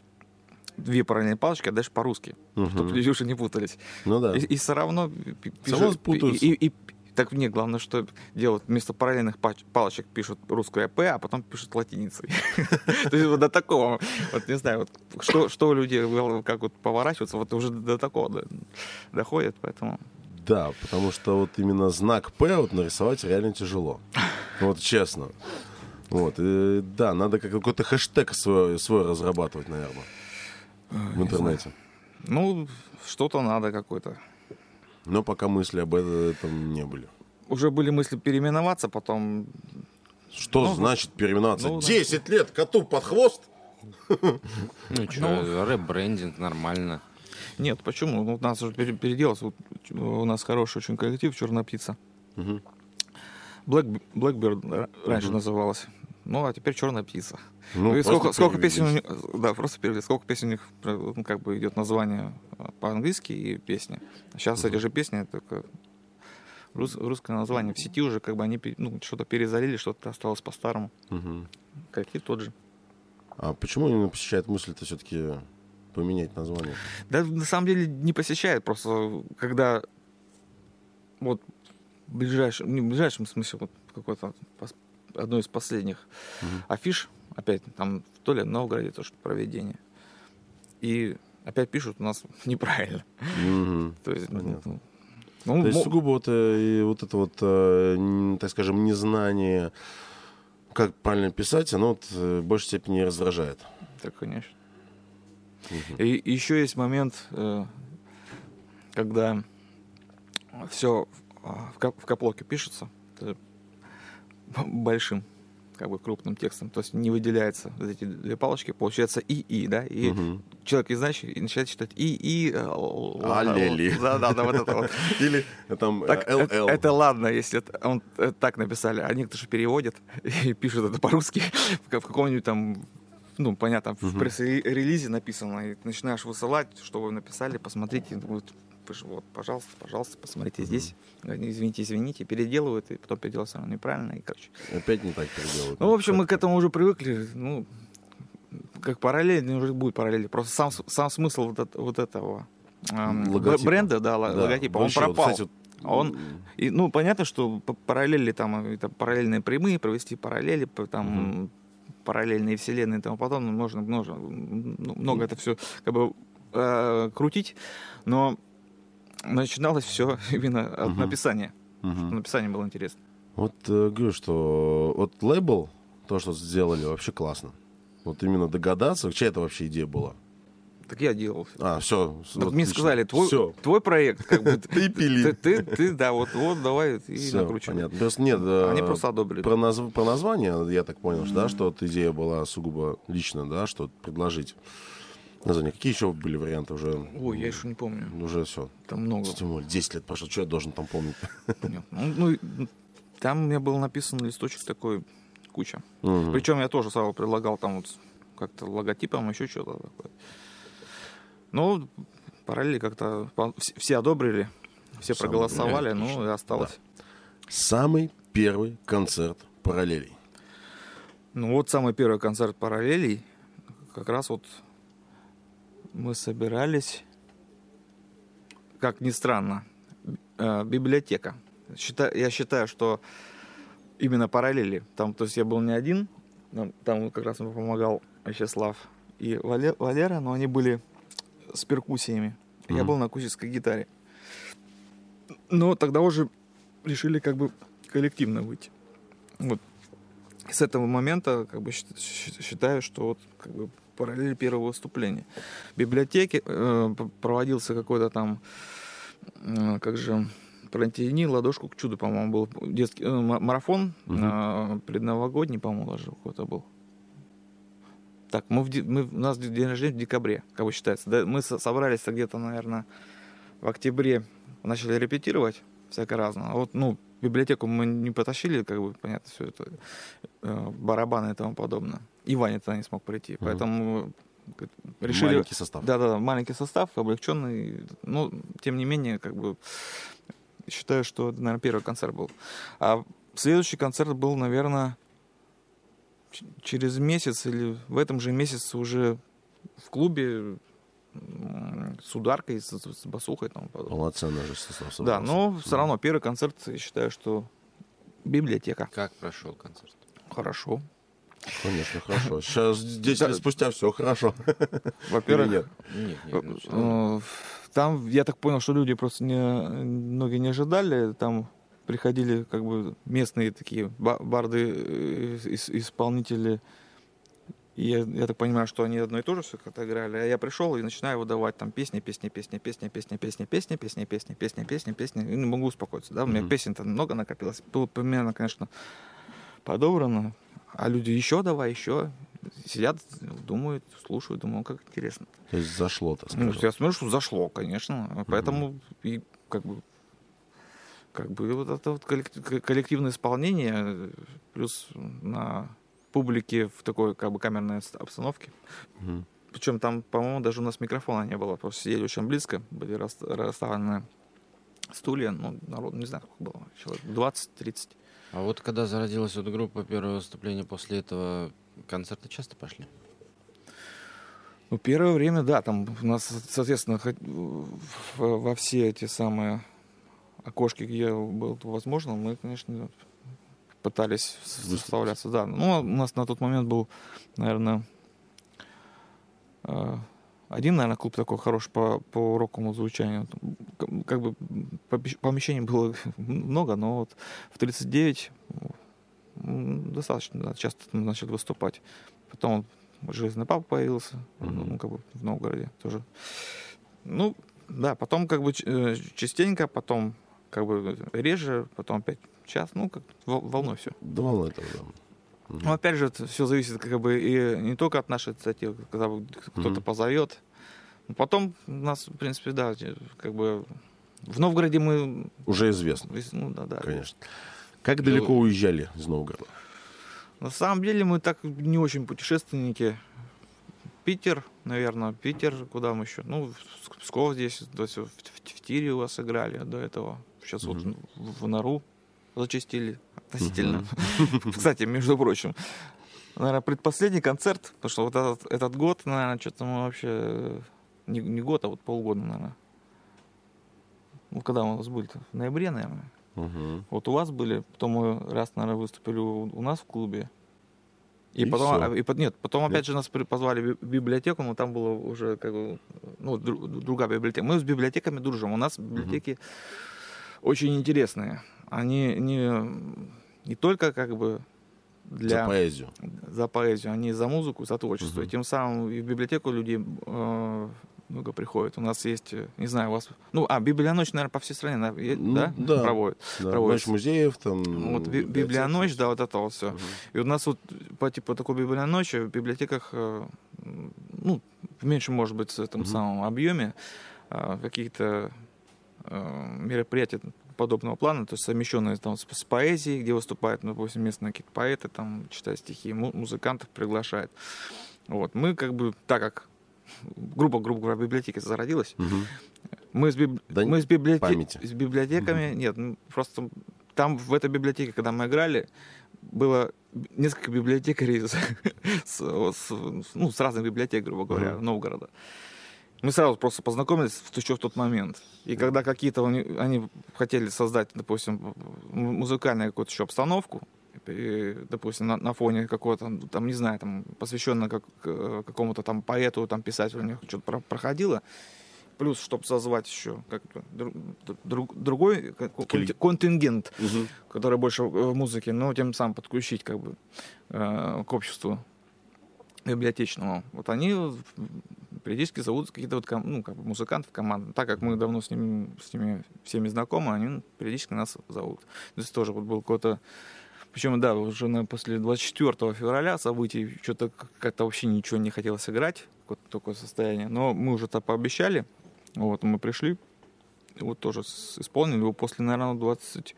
2 параллельные палочки, а дальше по-русски, чтобы люди уже не путались. Ну да. И все равно путаются. Так мне главное, что делают вместо параллельных палочек пишут русское «П», а потом пишут латиницей. То есть вот до такого, вот не знаю, что люди как вот поворачиваются, вот уже до такого доходят, поэтому... Да, потому что вот именно знак «П» вот нарисовать реально тяжело. Вот честно. Вот, и, да, надо какой-то хэштег свой разрабатывать, наверное, в интернете. Ну, что-то надо какое-то. Но пока мысли об этом не были. Уже были мысли переименоваться, потом... Что значит переименоваться? 10 лет коту под хвост? Ну что, рэп-брендинг нормально. Нет, почему? Ну, у нас уже переделалось. У нас хороший очень коллектив «Черная птица». Blackbird раньше называлась. Ну, а теперь «Черная птица». Ну, сколько песен у них... Да, просто перевели. Сколько песен у них, ну, как бы идет название по-английски и песни. Сейчас эти же песни, только русское название. В сети уже как бы они что-то перезалили, что-то осталось по-старому. Коллектив тот же. А почему не посещает мысль-то все-таки поменять название? Да, на самом деле не посещает. Просто когда вот в ближайшем смысле вот какой-то одной из последних афиш, опять там то ли в Новгороде, то, что проведение. И опять пишут у нас неправильно. То есть, Ну, То есть сугубо вот, и вот это вот, так скажем, незнание, как правильно писать, оно вот в большей степени раздражает. Так, конечно. И еще есть момент, когда все в каплоке пишется большим, как бы крупным текстом, то есть не выделяется вот эти две палочки, получается и, да, и человек, не знающий, начинает читать Аллели. Да, вот это вот. Или там Так, ЛЛ. это ладно, если он так написали, а некоторые же переводят и пишут это по-русски в каком-нибудь там, ну, понятно, в пресс-релизе написано, и начинаешь высылать, что вы написали, посмотрите, вот, пожалуйста, посмотрите здесь. Извините, переделывают, и потом переделывают все равно неправильно, и, короче. Опять не так переделывают. Ну, в общем, мы к этому уже привыкли, ну, как параллель, уже будет параллель. Просто сам смысл вот этого бренда, да, логотипа, он пропал. Вот, кстати, ну, понятно, что параллели там, это параллельные прямые, провести параллели, там, параллельные вселенные и тому подобное, можно много это все как бы крутить, но начиналось все именно от написания. Написание было интересно. Вот говорю, что вот лейбл, то, что сделали, вообще классно. Вот именно догадаться, чья это вообще идея была. Так я делал. Все. Так вот, мне сказали, твой проект, как бы. Ты пили. Ты, да, вот, давай, и накручивай. Понятно. Просто нет. Они просто одобрили. Про название, я так понял, да, что вот идея была сугубо лично, да, что предложить название. Какие еще были варианты уже? Ой, я еще не помню. Уже все. Там много. Тем более 10 лет прошло, что я должен там помнить? Понятно. Ну, там у меня был написан листочек такой, куча. Причем я тоже сам предлагал там вот как-то логотипом, еще что-то такое. Ну, параллели как-то все одобрили, все проголосовали, ну и осталось. Да. Самый первый концерт параллелей. Ну вот самый первый концерт параллелей, как раз вот мы собирались, как ни странно, библиотека. Я считаю, что именно параллели, там, то есть я был не один, там как раз мне помогал Вячеслав и Валера, но они были с перкуссиями. Я был на акустической гитаре. Но тогда уже решили как бы коллективно выйти. Вот. С этого момента как бы считаю, что вот как бы параллель первого выступления. В библиотеке проводился какой-то там, как же, «Протяни ладошку к чуду», по-моему, был детский марафон, предновогодний, по-моему, даже какой-то был. Так, у нас день рождения в декабре, как бы считается. Да, мы собрались где-то, наверное, в октябре, начали репетировать всякое разное. А вот, ну, в библиотеку мы не потащили, как бы, понятно, все это, барабаны и тому подобное. И Ваня тогда не смог прийти, поэтому решили... Маленький состав. Да, маленький состав, облегченный. Но, тем не менее, как бы, считаю, что это, наверное, первый концерт был. А следующий концерт был, наверное... через месяц или в этом же месяце уже в клубе с ударкой, с басухой. Там, полноценный же состав. Да, но все равно первый концерт, я считаю, что библиотека. Как прошел концерт? Хорошо. Конечно, хорошо. Сейчас 10 лет спустя все хорошо. Во-первых, Нет. там, я так понял, что люди просто многие не ожидали, там приходили как бы местные такие барды, исполнители. И я так понимаю, что они одно и то же все как-то играли. А я пришел и начинаю выдавать там песни. И не могу успокоиться. Да? У меня песен-то много накопилось. Было примерно, конечно, подобрано. А люди еще давай, еще. Сидят, думают, слушают, думаю, как интересно. То есть зашло, так сказать. Ну, я смотрю, что зашло, конечно. Поэтому и как бы вот это вот коллективное исполнение, плюс на публике в такой как бы камерной обстановке. Причем там, по-моему, даже у нас микрофона не было, просто сидели очень близко, были расставлены стулья, ну, народ, не знаю, сколько было, человек 20-30. А вот когда зародилась эта группа, первое выступление после этого, концерты часто пошли? Ну, первое время, да, там у нас, соответственно, во все эти самые окошки, где было возможно, мы, конечно, пытались составляться. Да. Ну, у нас на тот момент был, наверное, один, клуб такой хороший по роковому звучанию. как бы помещений было много, но вот в 39 достаточно часто начали выступать. Потом «Железный папа» появился, ну, как бы в Новгороде тоже. Ну, да, потом как бы частенько, потом как бы реже, потом опять час, ну, как волной все. Да, волной этого, да. Но опять же, это все зависит как бы и не только от нашей инициативы, когда кто-то позовет. Потом у нас, в принципе, да, как бы в Новгороде мы... Уже известно. Ну, да. Конечно. Как далеко уезжали из Новгорода? На самом деле мы так не очень путешественники. Питер, наверное, куда мы еще? Ну, Псков здесь, в Тире у вас играли до этого. Сейчас вот в Нару зачастили относительно. Кстати, между прочим, наверное, предпоследний концерт, потому что вот этот год, наверное, что-то мы вообще... Не год, а вот полгода, наверное. Ну, когда у нас были-то? В ноябре, наверное. Вот у вас были, потом мы раз, наверное, выступили у нас в клубе. Потом опять же нас позвали в библиотеку, но там было уже как бы, ну, другая библиотека. Мы с библиотеками дружим. У нас библиотеки очень интересные. Они не только как бы За поэзию. За поэзию, они за музыку, за творчество. И тем самым и в библиотеку людей много приходит. У нас есть, не знаю, у вас... Ну, библионочь, наверное, по всей стране, да? Проводят. Да. Ночь музеев, там... Вот библионочь, да, вот это вот все. И у нас вот по типу такой библионочи в библиотеках, ну, в меньшем, может быть, в этом самом объеме какие-то мероприятия подобного плана, то есть совмещенные там с поэзией, где выступают, допустим, местные какие-то поэты, там, читают стихи, музыкантов приглашают. Вот. Мы как бы, так как грубо говоря, библиотека зародилась, мы с библиотеками, нет, просто там в этой библиотеке, когда мы играли, было несколько библиотекарей с разных библиотек, грубо говоря, Новгорода. Мы сразу просто познакомились еще в тот момент. И когда какие-то они хотели создать, допустим, музыкальную какую-то еще обстановку, допустим, на фоне какого-то, там, не знаю, там, посвященного какому-то там поэту, там, писателю, у них что-то проходило, плюс, чтобы созвать еще другой контингент, который больше в музыке, но тем самым подключить как бы к обществу библиотечному. Вот они периодически зовут какие-то вот, как бы музыкантов команды. Так как мы давно с ними всеми знакомы, они периодически нас зовут. То есть тоже вот был какой-то... Причем, да, уже после 24 февраля событий что-то как-то вообще ничего не хотелось играть, какое-то такое состояние. Но мы уже это пообещали. Вот, мы пришли, вот тоже исполнили его после, наверное, 20...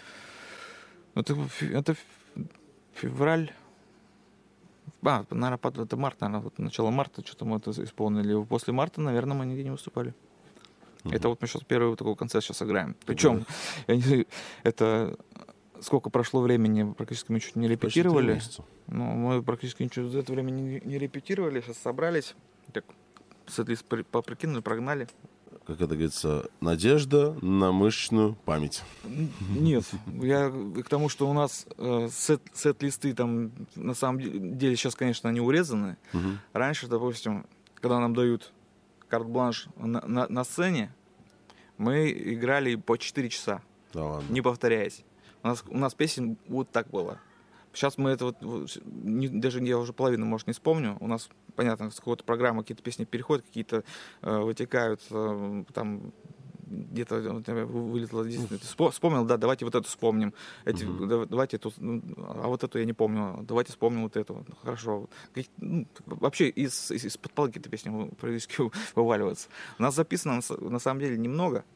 Это февраль... наверное, это март, наверное, вот начало марта что-то мы это исполнили. После марта, наверное, мы нигде не выступали. Это вот мы сейчас первый такой концерт сейчас играем. Причем, это... Сколько прошло времени, практически мы чуть не репетировали. Ну, мы практически ничего за это время не репетировали, сейчас собрались, так, сет-лист поприкинули, прогнали. Как это говорится, надежда на мышечную память. Нет, я к тому, что у нас сет-листы там на самом деле сейчас, конечно, они урезаны. Раньше, допустим, когда нам дают карт-бланш на сцене, мы играли по 4 часа, не повторяясь. У нас песен вот так было. Сейчас мы это даже я уже половину, может, не вспомню. У нас, понятно, с какой-то программы какие-то песни переходят, какие-то вытекают, там где-то вылетело. Вспомнил, да, давайте вот эту вспомним. Давайте эту, а вот эту я не помню. Давайте вспомним вот эту. Хорошо. Вообще из-под полы какие-то песни практически вываливаются. У нас записано, на самом деле, немного.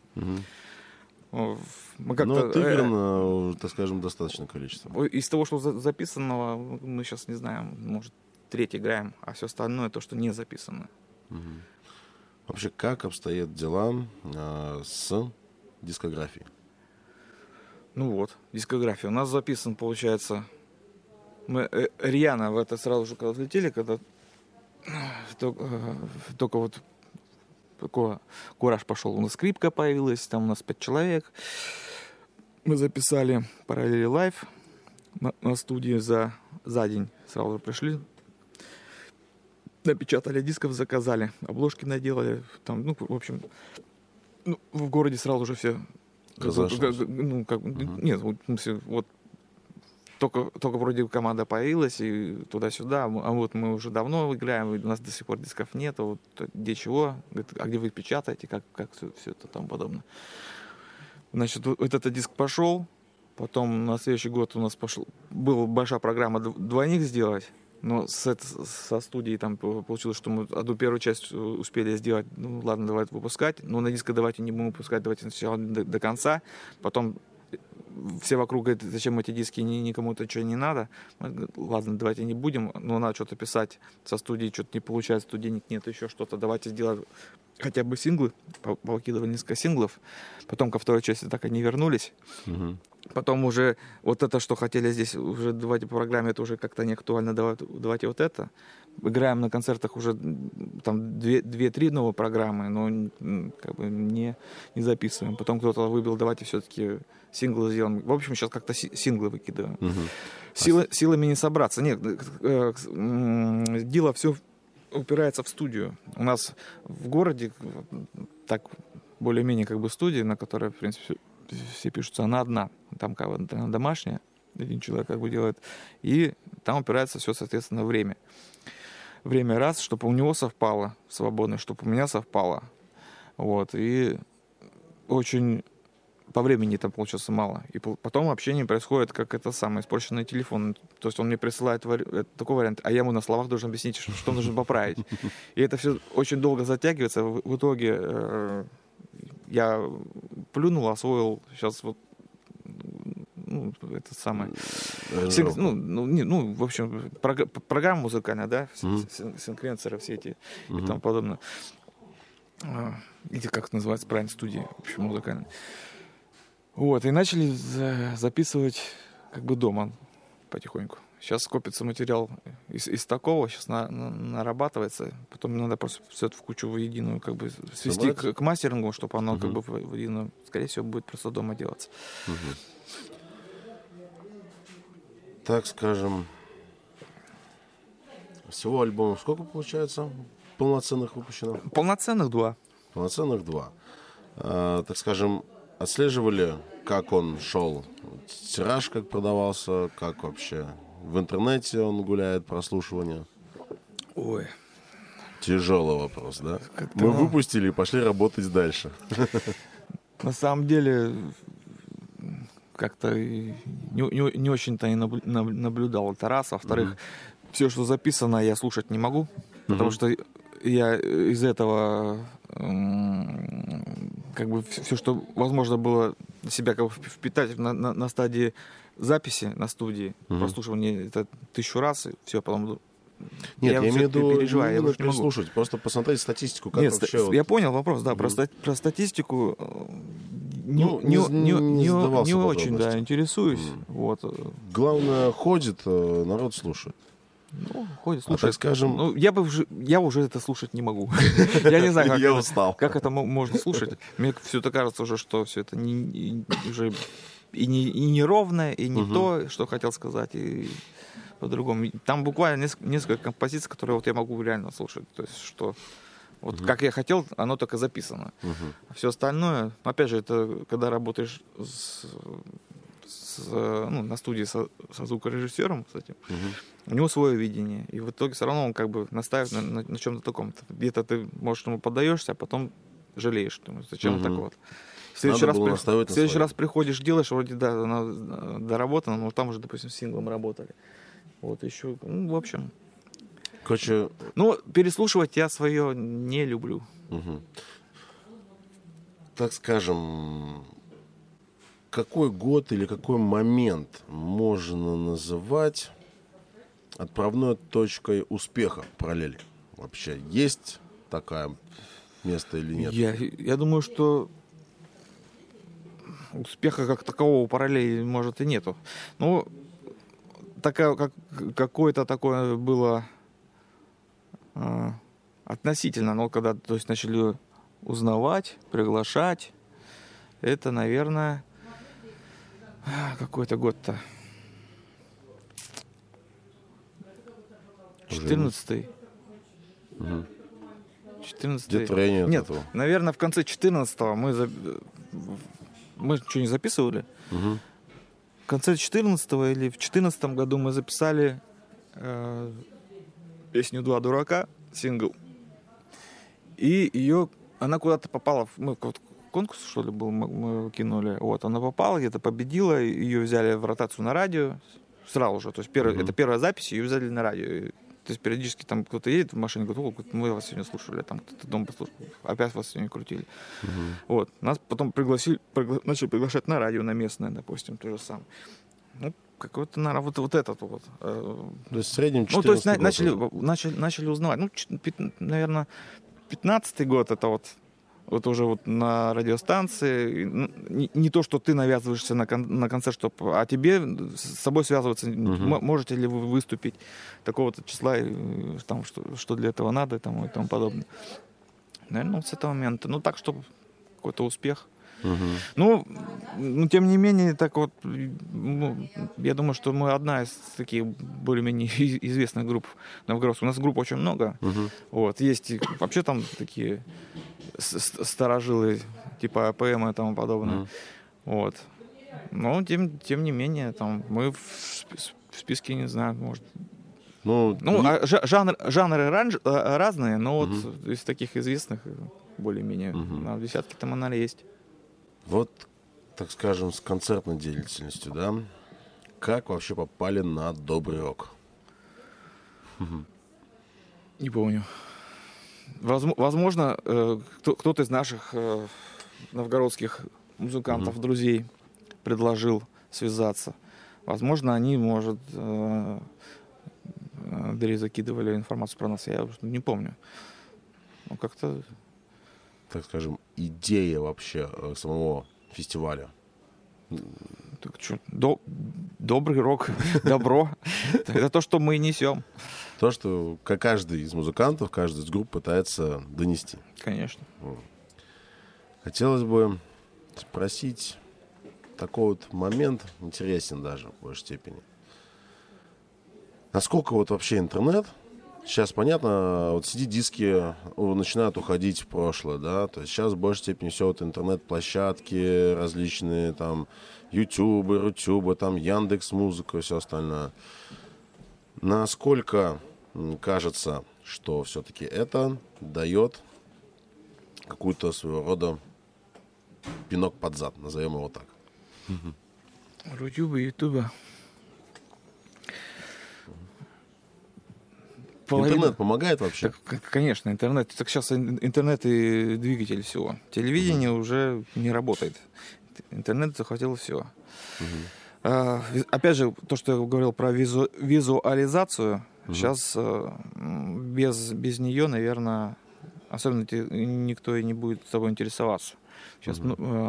Мы как-то, отыграно, так скажем, достаточное количество. Из того, что записанного, мы сейчас не знаем, может, треть играем, а все остальное то, что не записано. Вообще, как обстоят дела с дискографией? Ну вот, дискография. У нас записан, получается, мы рьяно в это сразу же когда взлетели, когда только вот такой кураж пошел. У нас скрипка появилась, там у нас 5 человек. Мы записали параллели лайв на студии за день. Сразу же пришли, напечатали дисков, заказали, обложки наделали. Там, в общем, Ну, в городе сразу же все... Нет, вот только вроде команда появилась, и туда-сюда, а вот мы уже давно играем, и у нас до сих пор дисков нет, вот где чего, а где вы печатаете, как все это там подобное. Значит, вот этот диск пошел, потом на следующий год у нас была большая программа двойник сделать, но со студией там получилось, что мы одну первую часть успели сделать, ну ладно, давайте выпускать, но на диско давайте не будем выпускать, давайте сначала до конца, потом все вокруг говорят, зачем эти диски, никому это что не надо. Ладно, давайте не будем, но надо что-то писать со студии, что-то не получается, тут денег нет, еще что-то. Давайте сделаем хотя бы синглы, повыкидывали несколько синглов. Потом ко второй части так и не вернулись. Потом уже вот это, что хотели здесь, уже давайте по программе, это уже как-то не актуально, давайте вот это. Играем на концертах уже там 2-3 новые программы, но как бы не записываем. Потом кто-то выбил, давайте все-таки синглы сделаем. В общем, сейчас как-то синглы выкидываем. Силами не собраться. Нет, дело все упирается в студию. У нас в городе так более-менее как бы студия, на которой, в принципе, все пишутся, она одна. Там как бы домашняя, один человек как бы делает. И там упирается все, соответственно, время. Время раз, чтобы у него совпало свободно, чтобы у меня совпало. Вот. И очень по времени там получается мало. И потом общение происходит, как это самое, испорченный телефон. То есть он мне присылает такой вариант, а я ему на словах должен объяснить, что нужно поправить. И это все очень долго затягивается. В итоге я плюнул, освоил сейчас вот это самое. В общем, программа музыкальная, да, синквенсоры все эти и тому подобное. Или как это называется, правильно, студии, в общем, музыкальные. Вот, и начали записывать как бы дома потихоньку. Сейчас скопится материал из такого, сейчас нарабатывается, потом надо просто все это в кучу воединую как бы свести к мастерингу, чтобы оно как бы воединую, скорее всего, будет просто дома делаться. Так скажем, всего альбомов сколько получается полноценных выпущено? Полноценных 2. Полноценных 2. Так скажем, отслеживали, как он шел, тираж как продавался, как вообще в интернете он гуляет, прослушивание? Ой. Тяжелый вопрос, да? Мы выпустили и пошли работать дальше. На самом деле, как-то не очень-то и наблюдал это раз. Во-вторых, все, что записано, я слушать не могу, потому что я из этого как бы все, что возможно было себя как бы впитать на стадии записи на студии, прослушивание это 1000 раз, и все, потом... Нет, я имею в виду переживаю, я переслушать, просто посмотреть статистику, как вообще... Я понял вопрос, да, про статистику не очень, да, интересуюсь. Вот. Главное, ходит, народ слушает. Ходит, слушает. Так скажем... я уже это слушать не могу. Я не знаю, я устал. Как это можно слушать. Мне все это кажется уже, что все это уже и неровное, и не то, что хотел сказать, и по-другому. Там буквально несколько композиций, которые вот я могу реально слушать. То есть, что вот как я хотел, оно так и записано. А все остальное, опять же, это когда работаешь на студии со звукорежиссером, кстати, у него свое видение. И в итоге все равно он как бы настаивает на чем-то таком-то. Где-то ты, может, ему поддаешься, а потом жалеешь. Думаешь, зачем так вот. В следующий раз приходишь, делаешь, вроде, да, она доработана, но там уже, допустим, с синглом работали. Вот еще, в общем. Короче... переслушивать я свое не люблю. Так скажем, какой год или какой момент можно называть отправной точкой успеха параллели? Вообще есть такое место или нет? Я думаю, что успеха как такового параллели, может, и нету. Ну, какое-то такое было относительно, но когда, то есть, начали узнавать, приглашать, это, наверное, какой-то год-то 14-й. 14-й. Где трение от Нет, этого? наверное, в конце 14-го мы что, не записывали? Мгм. В конце 14-го или в 14-м году мы записали песню «Два дурака», сингл. И она куда-то попала, конкурс, что ли, был, мы кинули. Вот, она попала, где-то победила, ее взяли в ротацию на радио сразу же. То есть это первая запись, ее взяли на радио. То есть периодически там кто-то едет в машине, говорит: мы вас сегодня слушали, а там кто-то дома послушал, опять вас сегодня крутили. Вот. Нас потом начали приглашать на радио, на местное, допустим, то же самое. Ну, какой-то, наверное, вот этот вот. То есть в среднем 14 Ну, то есть год. начали узнавать. Ну, наверное, 15-й год это вот уже вот на радиостанции. Не то, что ты навязываешься на концерт, а тебе с собой связываться. Можете ли вы выступить такого-то числа, там, что для этого надо и тому подобное. Наверное, вот с этого момента. Ну, так, чтобы какой-то успех. Ну, тем не менее, так вот, я думаю, что мы одна из таких более-менее известных групп новгородских. У нас групп очень много. Вот, есть вообще там такие старожилы, типа АПМ и тому подобное. Вот. Но, тем не менее, там, мы в списке, не знаю, может... жанры разные, но вот из таких известных более-менее на десятки там она есть. Вот, так скажем, с концертной деятельностью, да? Как вообще попали на добрый рок? Не помню. Возможно, кто-то из наших новгородских музыкантов, друзей, предложил связаться. Возможно, они, может, закидывали информацию про нас. Я не помню. Ну, как-то... Так скажем, идея вообще самого фестиваля? Так что, добрый рок, добро. Это то, что мы несем. То, что каждый из музыкантов, каждый из групп пытается донести. Конечно. Хотелось бы спросить, такой вот момент интересен даже в большей степени. Насколько вот вообще интернет... Сейчас, понятно, вот CD-диски начинают уходить в прошлое, да, то есть сейчас в большей степени все вот интернет-площадки различные, там, Ютубы, Рутюбы, там, Яндекс.Музыка и все остальное. Насколько кажется, что все-таки это дает какую-то своего рода пинок под зад, назовем его так? Рутюбы, Ютуба. Интернет помогает вообще? Так, конечно, интернет. Так сейчас интернет и двигатель всего. Телевидение уже не работает. Интернет захватил все. Опять же, то, что я говорил про визуализацию, сейчас без нее, наверное, особенно никто и не будет с тобой интересоваться. Сейчас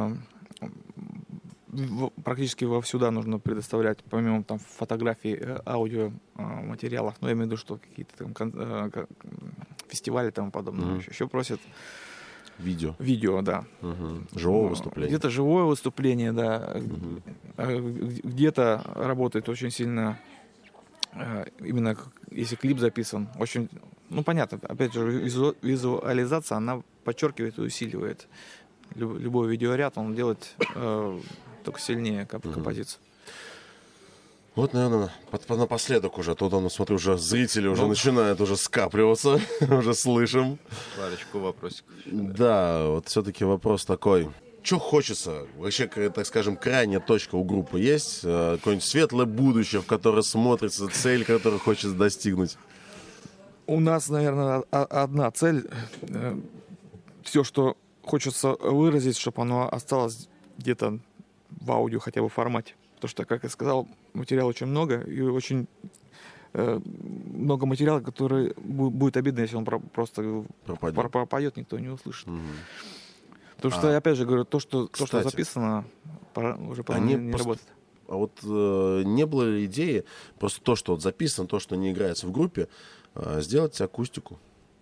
практически вовсюду нужно предоставлять, помимо там фотографий, аудио материалов, но я имею в виду, что какие-то там фестивали и тому подобное. Еще просят видео, да. Живое выступление. Где-то живое выступление, да. Где-то работает очень сильно, именно если клип записан, очень, понятно, опять же, визуализация, она подчеркивает и усиливает. Любой видеоряд, он делает только сильнее композицию. Вот, наверное, напоследок уже. Тут, смотрю, уже зрители уже начинают уже скапливаться. Уже слышим. Парочку вопросиков. Да, вот все-таки вопрос такой. Что хочется? Вообще, так скажем, крайняя точка у группы есть? Какое-нибудь светлое будущее, в которое смотрится цель, которую хочется достигнуть? У нас, наверное, одна цель. Все, что хочется выразить, чтобы оно осталось где-то в аудио хотя бы формате. Потому что, как я сказал, материала очень много, и очень много материала, который будет обидно, если он просто пропадет, никто не услышит. Потому что, опять же, говорю, то, что записано, уже не работает. А вот не было ли идеи, просто то, что вот записано, то, что не играется в группе, сделать акустику?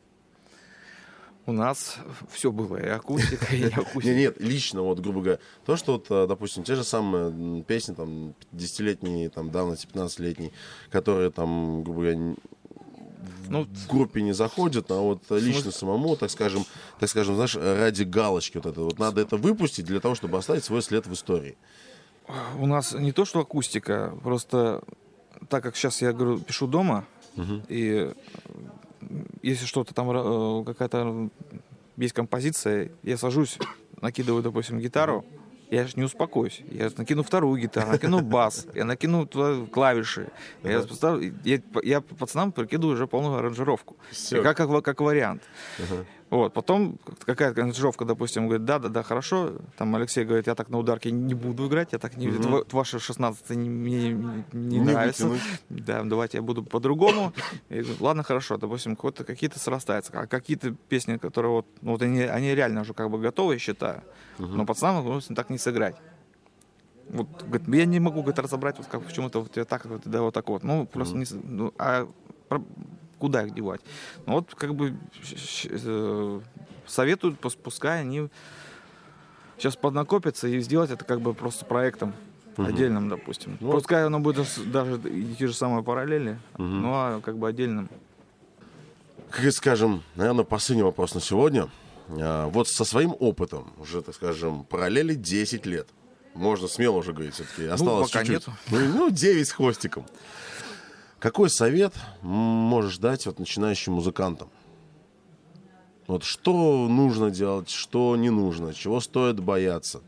У нас все было, и акустика, и не акустика. Нет, лично, вот, грубо говоря, то, что, вот, допустим, те же самые песни, там, 10-летние, там, давности, 15-летние, которые, там, грубо говоря, в группе не заходит, а вот лично самому, так скажем, знаешь, ради галочки вот это вот надо это выпустить для того, чтобы оставить свой след в истории. У нас не то, что акустика, просто так как сейчас я говорю, пишу дома, и если что-то там, какая-то есть композиция, я сажусь, накидываю, допустим, гитару, я же не успокоюсь. Я накину вторую гитару, накину бас, я накину туда клавиши. Я пацанам прикидываю уже полную аранжировку. Как вариант. Вот. Потом какая-то аранжировка, допустим, говорит, да, хорошо. Там Алексей говорит, я так на ударке не буду играть, я так не... Ваши 16 мне не нравится. Да, давайте я буду по-другому. Я говорю, ладно, хорошо, допустим, какие-то срастаются. А какие-то песни, которые вот они реально уже как бы готовы, я считаю. Но пацанам, допустим, так не сыграть. Вот, говорит, я не могу, говорит, разобрать, вот как почему-то вот так вот, да, вот так вот. Ну, просто не... куда их девать? Ну, вот как бы советуют, пускай они сейчас поднакопятся и сделать это как бы просто проектом отдельным, допустим. Ну, пускай оно будет даже те же самые параллели, ну а как бы отдельным. Как скажем, наверное, последний вопрос на сегодня. Вот со своим опытом, уже, так скажем, параллели 10 лет. Можно смело уже говорить, все-таки осталось пока чуть-чуть. Нету. Ну, 9 с хвостиком. Какой совет можешь дать вот начинающим музыкантам? Вот что нужно делать, что не нужно, чего стоит бояться?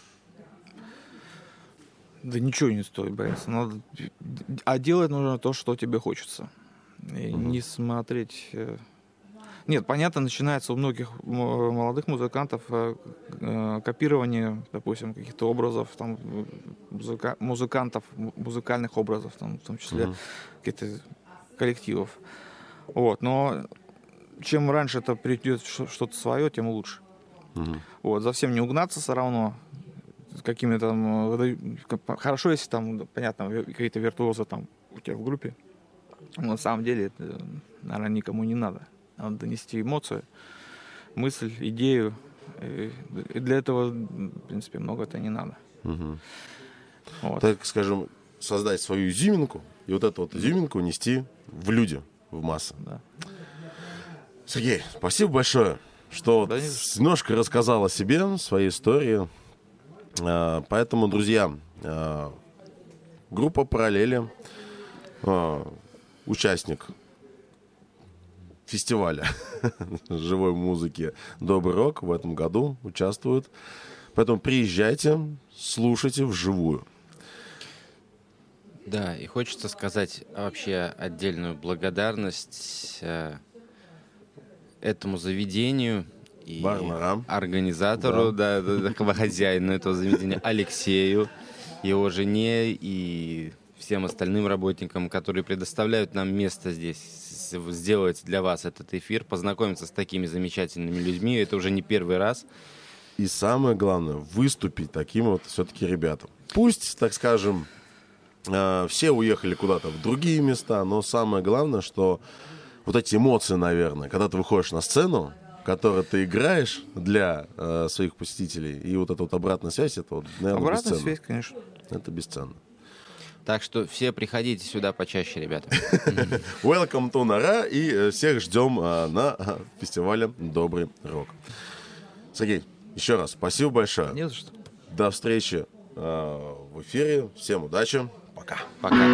Да ничего не стоит бояться. А делать нужно то, что тебе хочется. И не смотреть... Нет, понятно, начинается у многих молодых музыкантов копирование, допустим, каких-то образов, там, музыкантов, музыкальных образов, там, в том числе каких-то коллективов. Вот, но чем раньше это придет что-то свое, тем лучше. Вот, за всем не угнаться все равно. Какими-то там... Хорошо, если там, понятно, какие-то виртуозы там у тебя в группе. Но на самом деле это, наверное, никому не надо. Надо донести эмоцию, мысль, идею. И для этого, в принципе, много-то не надо. Вот. Так, скажем, создать свою изюминку, и вот эту вот изюминку нести в люди, в массы. Да. Сергей, спасибо большое, что немножко рассказал о себе, своей истории. Поэтому, друзья, группа «Параллели», участник фестиваля живой музыки «Добрый рок» в этом году участвует. Поэтому приезжайте, слушайте вживую. Да, и хочется сказать вообще отдельную благодарность этому заведению и организатору, да, хозяину этого заведения Алексею, его жене и всем остальным работникам, которые предоставляют нам место здесь, сделать для вас этот эфир, познакомиться с такими замечательными людьми. Это уже не первый раз. И самое главное, выступить таким вот все-таки ребятам. Пусть, так скажем, все уехали куда-то в другие места, но самое главное, что вот эти эмоции, наверное, когда ты выходишь на сцену, в которой ты играешь для своих посетителей, и вот эта вот обратная связь, это вот, наверное, обратная бесценно. Связь, конечно. Это бесценно. Так что все приходите сюда почаще, ребята. Welcome to Нара, и всех ждем на фестивале «Добрый рок». Сергей, еще раз спасибо большое. Не за что. До встречи в эфире. Всем удачи. Пока. Пока.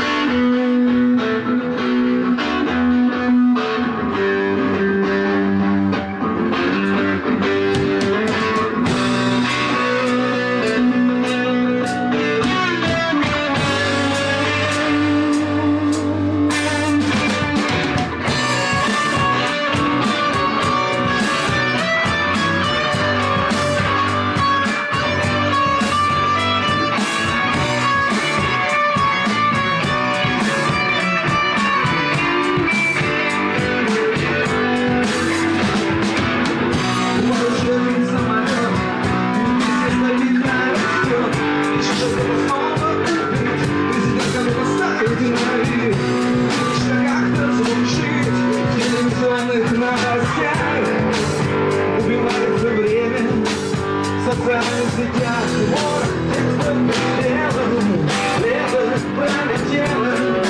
социальных сетях, вот, лето пролетело.